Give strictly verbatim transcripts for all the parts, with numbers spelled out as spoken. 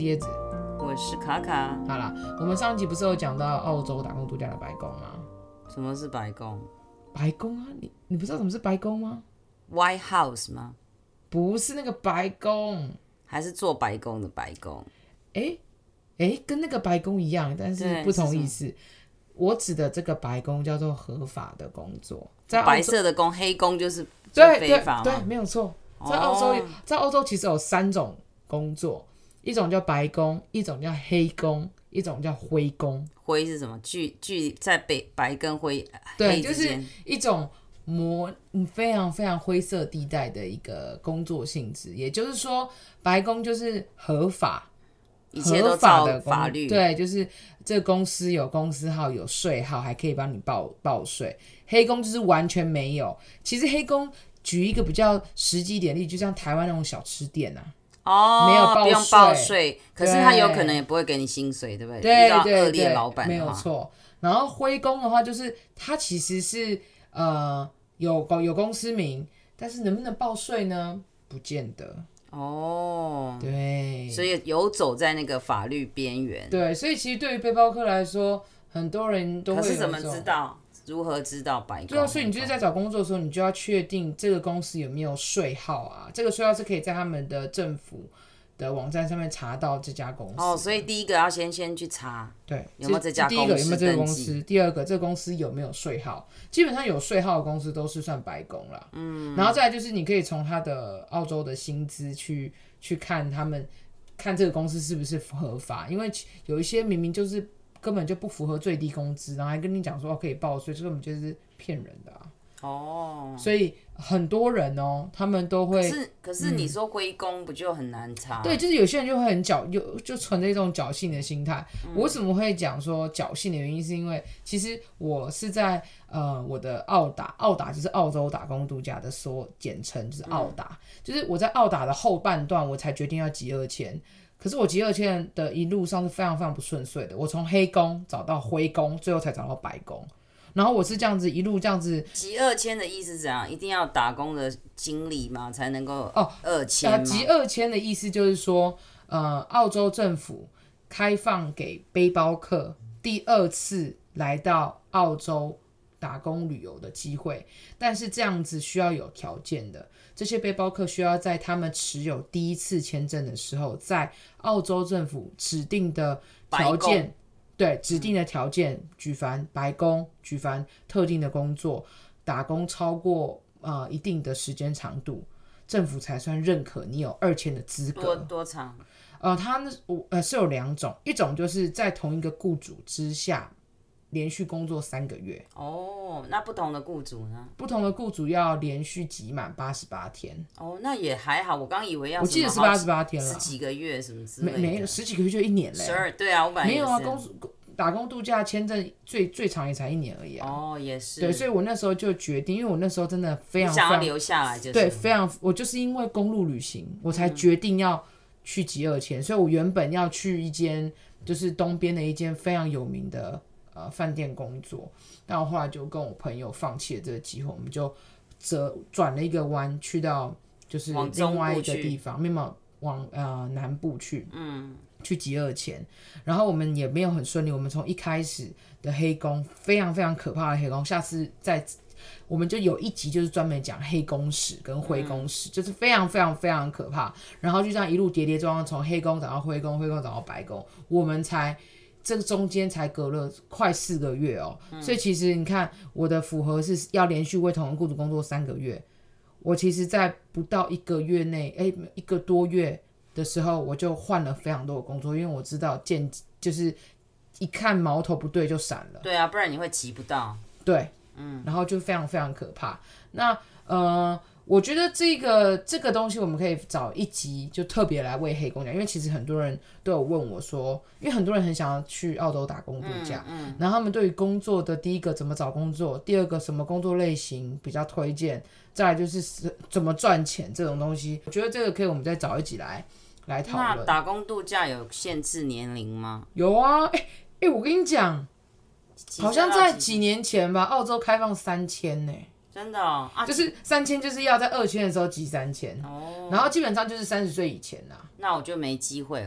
椰子， 我是卡卡。 好啦，我们上一集不是有讲到澳洲打工度假的白宫吗？ 什么是白宫？ 白宫啊，你你不知道什么是白宫吗？ White House 吗？ 不是那个白宫， 还是做白宫的白宫？ 哎哎，跟那个白宫一样，但是不同意思。我指的这个白宫叫做合法的工作，在白色的工，黑工就是对非法吗？ 对对，没有错。在澳洲，哦、在澳洲其实有三种工作，一种叫白工，一种叫黑工，一种叫灰工。 灰是什么？距距在北白跟灰对，就是一种模非常非常灰色地带的一个工作性质。也就是说，白工就是合法。 一切都照法律， 对，就是这个公司有公司号、有税号，还可以帮你报报税。黑工就是完全没有。其实黑工举一个比较实际一点例子，就像台湾那种小吃店啊， 哦， 没有报税， 不用报税，可是他有可能也不会给你薪水，对不对？ 对遇到恶劣老板没有错。然后灰工的话，就是他其实是呃有有公司名，但是能不能报税呢？不见得。 哦， 对， 所以游走在那个法律边缘。 对，所以其实对于背包客来说，很多人都会有。 可是怎么知道？如何知道白宫？ 对啊，所以你就是在找工作的时候，你就要确定这个公司有没有税号啊。这个税号是可以在他们的政府的网站上面查到这家公司。 哦，所以第一个要先先去查， 对， 有没有这家公司？ 第一个有没有这个公司？第二个，这个公司有没有税号？基本上有税号的公司都是算白工啦。嗯，然后再来就是你可以从他的澳洲的薪资去去看他们看这个公司是不是合法，因为有一些明明就是根本就不符合最低工资，然后还跟你讲说、哦、可以报税，这根本就是骗人的啊。哦，所以很多人哦，他们都会。 可是可是你说灰工不就很难查？ 嗯、对，就是有些人就会很侥，就就存着一种侥幸的心态。嗯、我为什么会讲说侥幸的原因，是因为其实我是在呃我的澳打，澳打就是澳洲打工度假的缩简称，就是澳打、嗯，就是我在澳打的后半段，我才决定要集二签。可是我集二签的一路上是非常非常不顺遂的，我从黑工找到灰工，最后才找到白工。然后我是这样子一路这样子。 集二签的意思是怎样？一定要打工的经历吗？才能够二签吗？ 哦呃、集二签的意思就是说，呃，澳洲政府开放给背包客第二次来到澳洲打工旅游的机会，但是这样子需要有条件的。这些背包客需要在他们持有第一次签证的时候，在澳洲政府指定的条件。对指定的条件，举凡白工，举凡特定的工作，打工超过呃一定的时间长度，政府才算认可你有二签的资格。 多多长？ 呃，它呃是有两种，一种就是在同一个雇主之下连续工作三个月。 哦，那不同的雇主呢？ 不同的雇主要连续集满八十八天。 哦，那也还好。我刚以为要我记得是八十八天了， 十几个月什么之类的。 没没十几个月就一年嘞。 十二对啊，我本来没有啊，公打工度假签证最最长也才一年而已啊。 哦，也是。 对，所以我那时候就决定，因为我那时候真的非常你想要留下来，就是对，非常我就是因为公路旅行，我才决定要去集二签、嗯。所以我原本要去一间就是东边的一间非常有名的呃饭店工作，但我后来就跟我朋友放弃了这个机会，我们就折转了一个弯，去到就是另外一个地方，没有往呃南部去。嗯。去集二签，然后我们也没有很顺利。我们从一开始的黑工，非常非常可怕的黑工，下次再我们就有一集就是专门讲黑工史跟灰工史、嗯，就是非常非常非常可怕。然后就这样一路跌跌撞撞，从黑工找到灰工，灰工找到白工，我们才这个中间才隔了快四个月哦、嗯。所以其实你看，我的符合是要连续为同一雇主工作三个月，我其实在不到一个月内，哎，一个多月。的时候我就换了非常多的工作，因为我知道见就是一看苗头不对就闪了。 对啊，不然你会骑不到。 对，嗯，然后就非常非常可怕。那呃，我觉得这个这个东西我们可以找一集就特别来为黑工讲，因为其实很多人都有问我说，因为很多人很想要去澳洲打工度假，嗯嗯，然后他们对于工作的第一个怎么找工作，第二个什么工作类型比较推荐，再来就是怎么赚钱这种东西，我觉得这个可以我们再找一集来。来讨论。 那打工度假有限制年龄吗？ 有啊，哎、欸欸、我跟你讲，好像在几年前吧，澳洲开放三千呢。 真的哦，啊、 就是三千，就是要在二千的时候集三千，哦，然后基本上就是三十岁以前啦。 那我就没机会了。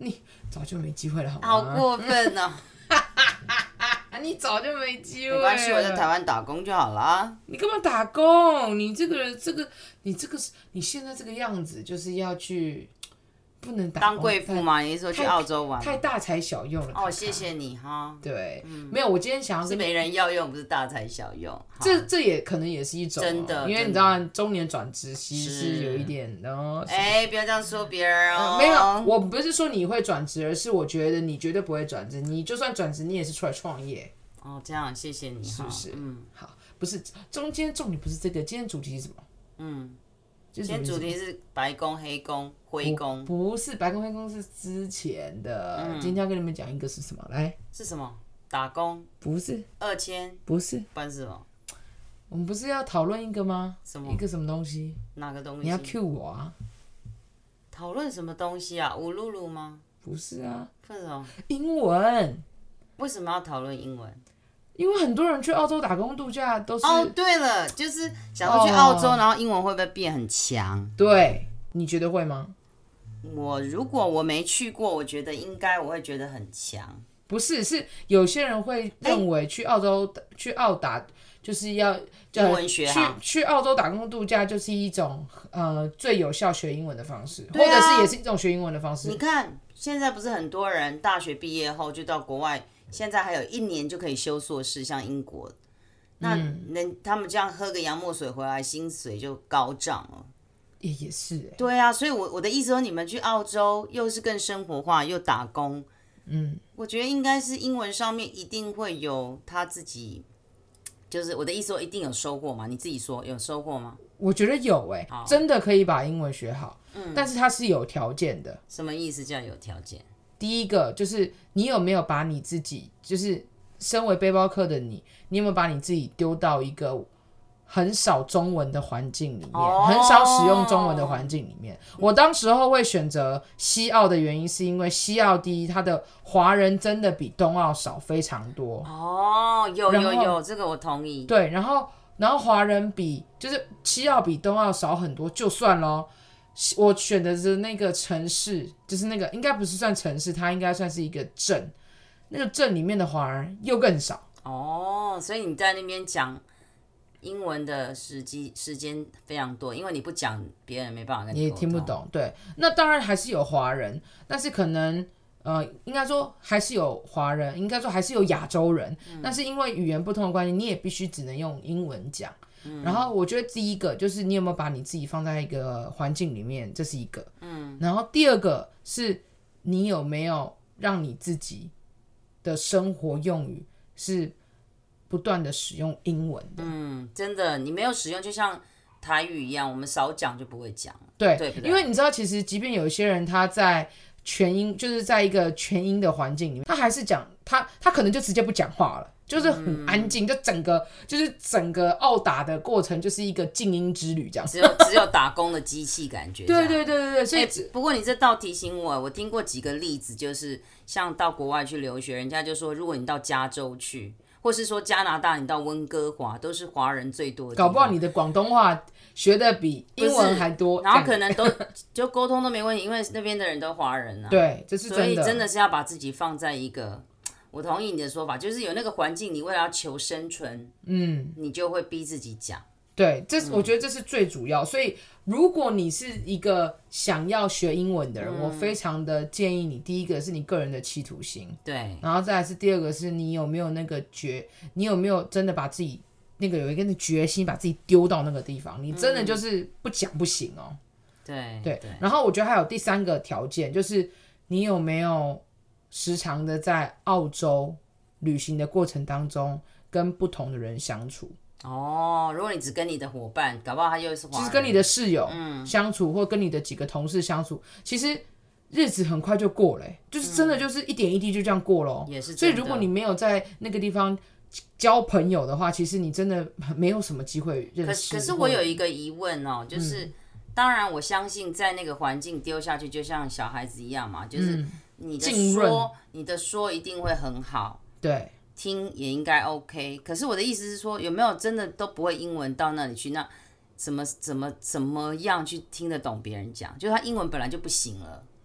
你早就没机会了，好吗？ 好过分哦！ 你早就没机会了。 没关系，我在台湾打工就好了。 你干嘛打工？你这个人，这个你这个你现在这个样子，就是要去不能打工当贵妇吗？你是说去澳洲玩？ 太大材小用了。 哦，谢谢你哈。 对，嗯、没有，我今天想要是没人要用，不是大材小用。 这这也可能也是一种、哦、 真的， 因为你知道中年转职其实是有一点哦。 哎，不要这样说别人哦、 呃。没有，我不是说你会转职，而是我觉得你绝对不会转职。你就算转职，你也是出来创业。 哦，这样谢谢你， 是不是？ 嗯， 好，不是中间重点不是这个，今天主题是什么？ 嗯，今天主题是白宫、黑宫、灰宫， 不是白宫黑宫是之前的、嗯。今天要跟你们讲一个是什么？来， 是什么？打工？ 不是。 二千？ 不是。 不然是什么？ 我们不是要讨论一个吗？ 什么？ 一个什么东西？ 哪个东西？ 你要 cue 我啊？ 讨论什么东西啊？乌鲁鲁吗？ 不是啊。 是什么？ 英文。 为什么要讨论英文？ 因为很多人去澳洲打工度假都是哦，对了，就是想要去澳洲、哦，然后英文会不会变很强？ 对，你觉得会吗？ 我如果我没去过，我觉得应该我会觉得很强。 不是，是有些人会认为去澳洲、欸、去澳打就是要英文学好，去去澳洲打工度假就是一种呃最有效学英文的方式， 啊、 或者是也是一种学英文的方式。 你看现在不是很多人大学毕业后就到国外。现在还有一年就可以修硕士，像英国，那能、嗯、他们这样喝个洋墨水回来，薪水就高涨了。 也也是哎、欸。 对啊，所以我我的意思说，你们去澳洲又是更生活化，又打工， 嗯， 我觉得应该是英文上面一定会有他自己，就是我的意思说一定有收获嘛？你自己说有收获吗？ 我觉得有哎、欸，真的可以把英文学好，嗯，但是它是有条件的。 什么意思叫有条件？ 第一个就是你有没有把你自己，就是身为背包客的你，你有没有把你自己丢到一个很少中文的环境里面， oh. 很少使用中文的环境里面。我当时候会选择西澳的原因是因为西澳第一，它的华人真的比东澳少非常多。 哦、oh, ，有有有，这个我同意。 对，然后然后华人比就是西澳比东澳少很多，就算咯。我选的是那个城市，就是那个应该不是算城市，它应该算是一个镇。那个镇里面的华人又更少。 哦，所以你在那边讲英文的时机时间非常多，因为你不讲，别人没办法跟你沟通， 你也听不懂。对，那当然还是有华人，但是可能呃，应该说还是有华人，应该说还是有亚洲人、嗯。但是因为语言不同的关系，你也必须只能用英文讲。嗯、然后我觉得第一个就是你有没有把你自己放在一个环境里面，这是一个。嗯。然后第二个是你有没有让你自己的生活用语是不断的使用英文的。 嗯，真的，你没有使用，就像台语一样，我们少讲就不会讲。 对， 对不对？ 因为你知道，其实即便有一些人他在全英，就是在一个全英的环境里面，他还是讲他他可能就直接不讲话了。就是很安静、嗯，就整个就是整个澳打的过程就是一个静音之旅这样， 只有只有打工的机器感觉。 对对对对对，所以、 欸、不过你这倒提醒我，我听过几个例子，就是像到国外去留学，人家就说，如果你到加州去，或是说加拿大，你到温哥华，都是华人最多的地方， 搞不好你的广东话学的比英文还多， 然后可能都就沟通都没问题，因为那边的人都华人啊。 对，这是真的， 所以真的是要把自己放在一个。我同意你的说法，就是有那个环境，你为了要求生存，嗯，你就会逼自己讲。 对，这是、嗯、我觉得这是最主要。所以，如果你是一个想要学英文的人，嗯、我非常的建议你，第一个是你个人的企图心， 对， 然后再来是第二个是你有没有那个决，你有没有真的把自己那个有一个决心，把自己丢到那个地方，你真的就是不讲不行哦。 对对，然后我觉得还有第三个条件，就是你有没有时常的在澳洲旅行的过程当中跟不同的人相处。 哦，如果你只跟你的伙伴，搞不好他又是华人， 就是跟你的室友相处、嗯、或跟你的几个同事相处，其实日子很快就过了、欸、就是真的就是一点一滴就这样过了、喔嗯、也是真的。 所以如果你没有在那个地方交朋友的话，其实你真的没有什么机会认识。 可是我有一个疑问哦、喔，就是、嗯、当然我相信在那个环境丢下去就像小孩子一样嘛，就是、嗯你的说，你的说一定会很好， 对， 听也应该 OK。可是我的意思是说，有没有真的都不会英文到那里去？那怎么怎么怎么样去听得懂别人讲？就是他英文本来就不行了。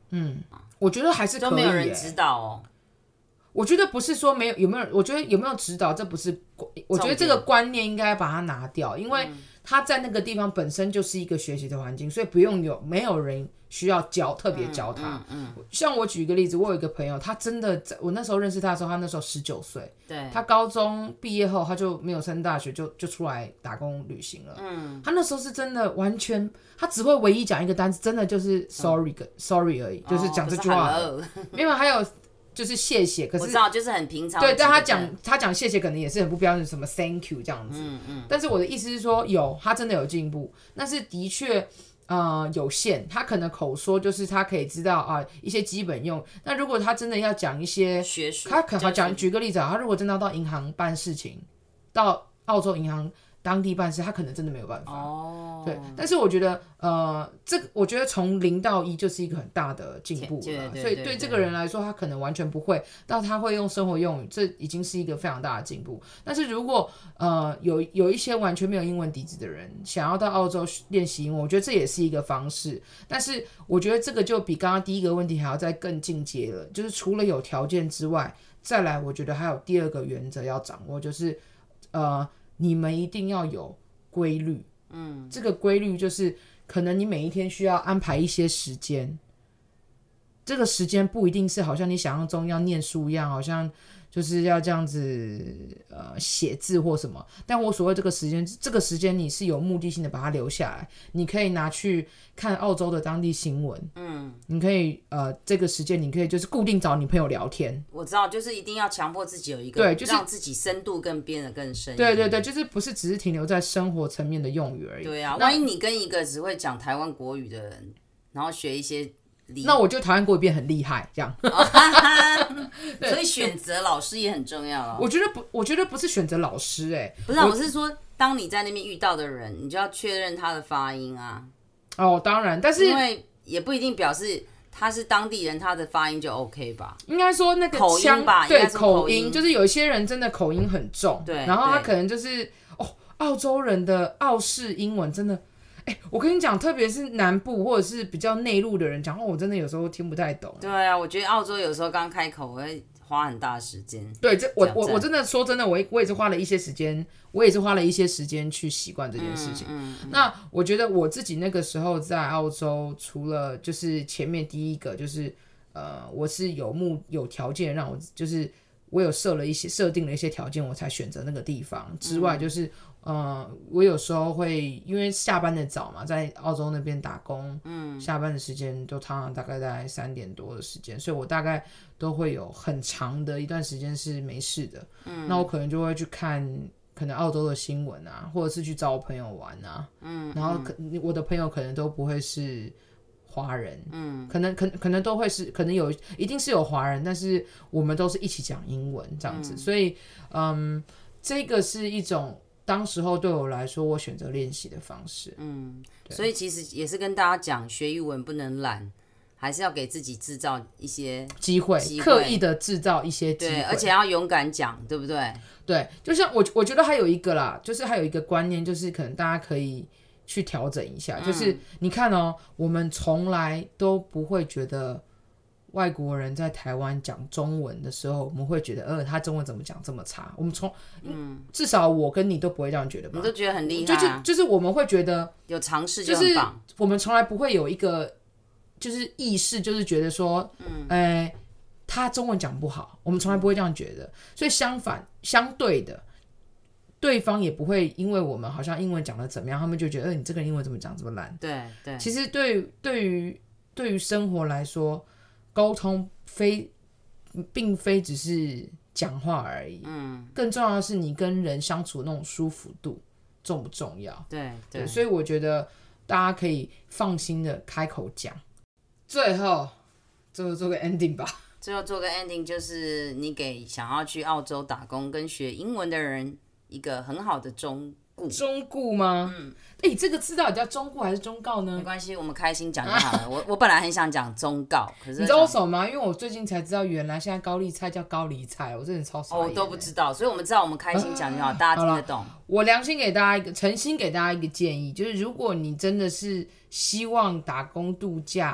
嗯，我觉得还是可以、欸， 都没有人知道哦。 我觉得不是说没有有没有，我觉得有没有指导，这不是，我觉得这个观念应该把它拿掉，因为他在那个地方本身就是一个学习的环境，所以不用有没有人需要教特别教他、嗯嗯嗯。像我举一个例子，我有一个朋友，他真的在我那时候认识他的时候，他那时候十九岁， 对， 他高中毕业后他就没有升大学，就就出来打工旅行了。嗯，他那时候是真的完全，他只会唯一讲一个单词，真的就是 sorry、嗯、sorry 而已，就是讲这句话。 哦、 没有，还有。就是谢谢，可是我知道就是很平常。 对，但他讲他讲谢谢可能也是很不标准，什么 thank you 这样子。嗯嗯。但是我的意思是说，有他真的有进步，但是的确呃有限。他可能口说就是他可以知道啊、呃、一些基本用。那如果他真的要讲一些学术， 他可能讲举个例子啊，他如果真的要到银行办事情，到澳洲银行当地办事，他可能真的没有办法。哦，对。但是我觉得，呃，这个我觉得从零到一就是一个很大的进步了。对对对对，所以对这个人来说，他可能完全不会，到他会用生活用语，这已经是一个非常大的进步。但是如果呃有有一些完全没有英文底子的人，想要到澳洲练习英文，我觉得这也是一个方式。但是我觉得这个就比刚刚第一个问题还要再更进阶了，就是除了有条件之外，再来我觉得还有第二个原则要掌握，就是呃。你们一定要有规律，嗯，这个规律就是可能你每一天需要安排一些时间，这个时间不一定是好像你想象中要念书一样，好像就是要这样子呃写字或什么。但我所谓这个时间，这个时间你是有目的性的把它留下来，你可以拿去看澳洲的当地新闻，嗯，你可以呃这个时间你可以就是固定找你朋友聊天。 我知道，就是一定要强迫自己有一个，对，就是让自己深度更变得更深。 对对对，就是不是只是停留在生活层面的用语而已。 对啊，万一你跟一个只会讲台湾国语的人，然后学一些。 那我就台湾国语变很厉害，这样。 所以选择老师也很重要哦。 我觉得不，我觉得不是选择老师、欸，哎， 不是、啊，我是说，当你在那边遇到的人，你就要确认他的发音啊。 哦，当然，但是因为也不一定表示他是当地人，他的发音就 OK 吧？ 应该说那个口音吧， 对， 口音就是有一些人真的口音很重， 对， 然后他可能就是哦，澳洲人的澳式英文真的。欸、我跟你讲，特别是南部或者是比较内陆的人讲话，我真的有时候听不太懂。 对啊，我觉得澳洲有时候刚开口我会花很大的时间。 对，这我我我真的说真的，我我也是花了一些时间，我也是花了一些时间去习惯这件事情。嗯嗯嗯、那我觉得我自己那个时候在澳洲，除了就是前面第一个就是呃，我是有目有条件让我就是我有设了一些设定了一些条件，我才选择那个地方之外，就是。嗯呃，我有时候会因为下班的早嘛，在澳洲那边打工，嗯，下班的时间都常常大概在三点多的时间，所以我大概都会有很长的一段时间是没事的，嗯，那我可能就会去看可能澳洲的新闻啊，或者是去找我朋友玩啊，嗯，然后可我的朋友可能都不会是华人，嗯，可能可可能都会是，可能有一定是有华人，但是我们都是一起讲英文这样子，嗯、所以嗯，这个是一种。当时候对我来说，我选择练习的方式。嗯， 所以其实也是跟大家讲，学语文不能懒，还是要给自己制造一些机会，刻意的制造一些机会， 对，而且要勇敢讲，对不对？ 对，就像我我觉得还有一个啦，就是还有一个观念，就是可能大家可以去调整一下，嗯、就是你看哦，我们从来都不会觉得。外国人在台湾讲中文的时候，我们会觉得，呃，他中文怎么讲这么差？我们从，嗯，至少我跟你都不会这样觉得吧？ 你都觉得很厉害、啊， 就就就是我们会觉得有尝试就很棒。 就是我们从来不会有一个就是意识，就是觉得说，嗯，哎、呃，他中文讲不好，我们从来不会这样觉得。所以相反，相对的，对方也不会因为我们好像英文讲的怎么样，他们就觉得，呃，你这个英文怎么讲这么烂？ 对对。 其实对对于对于生活来说。沟通非并非只是讲话而已，嗯，更重要的是你跟人相处那种舒服度重不重要？ 对 对, 对， 所以我觉得大家可以放心的开口讲。最后，最后做个 ending 吧。 最后做个 ending 就是你给想要去澳洲打工跟学英文的人一个很好的忠告。 忠告吗？嗯。哎、欸，这个字到底叫忠告还是忠告呢？ 没关系，我们开心讲就好了。我我本来很想讲忠告，可是你知道为什么吗？因为我最近才知道，原来现在高丽菜叫高丽菜，我真的超傻眼。 哦，我都不知道，所以我们知道我们开心讲就好，啊、大家听得懂。 我良心给大家一个，诚心给大家一个建议，就是如果你真的是希望打工度假，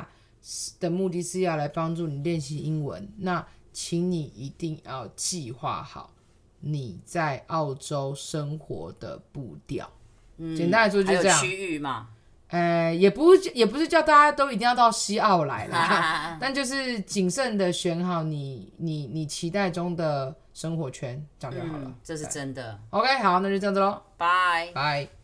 的目的是要来帮助你练习英文，那请你一定要计划好你在澳洲生活的步调。嗯、简单来说就这样。 还有区域嘛？ 呃，也不也不是叫大家都一定要到西澳来啦，但就是谨慎的选好你你你期待中的生活圈，这样就好了。 嗯、这是真的。 OK， 好，那就这样子咯， 拜拜。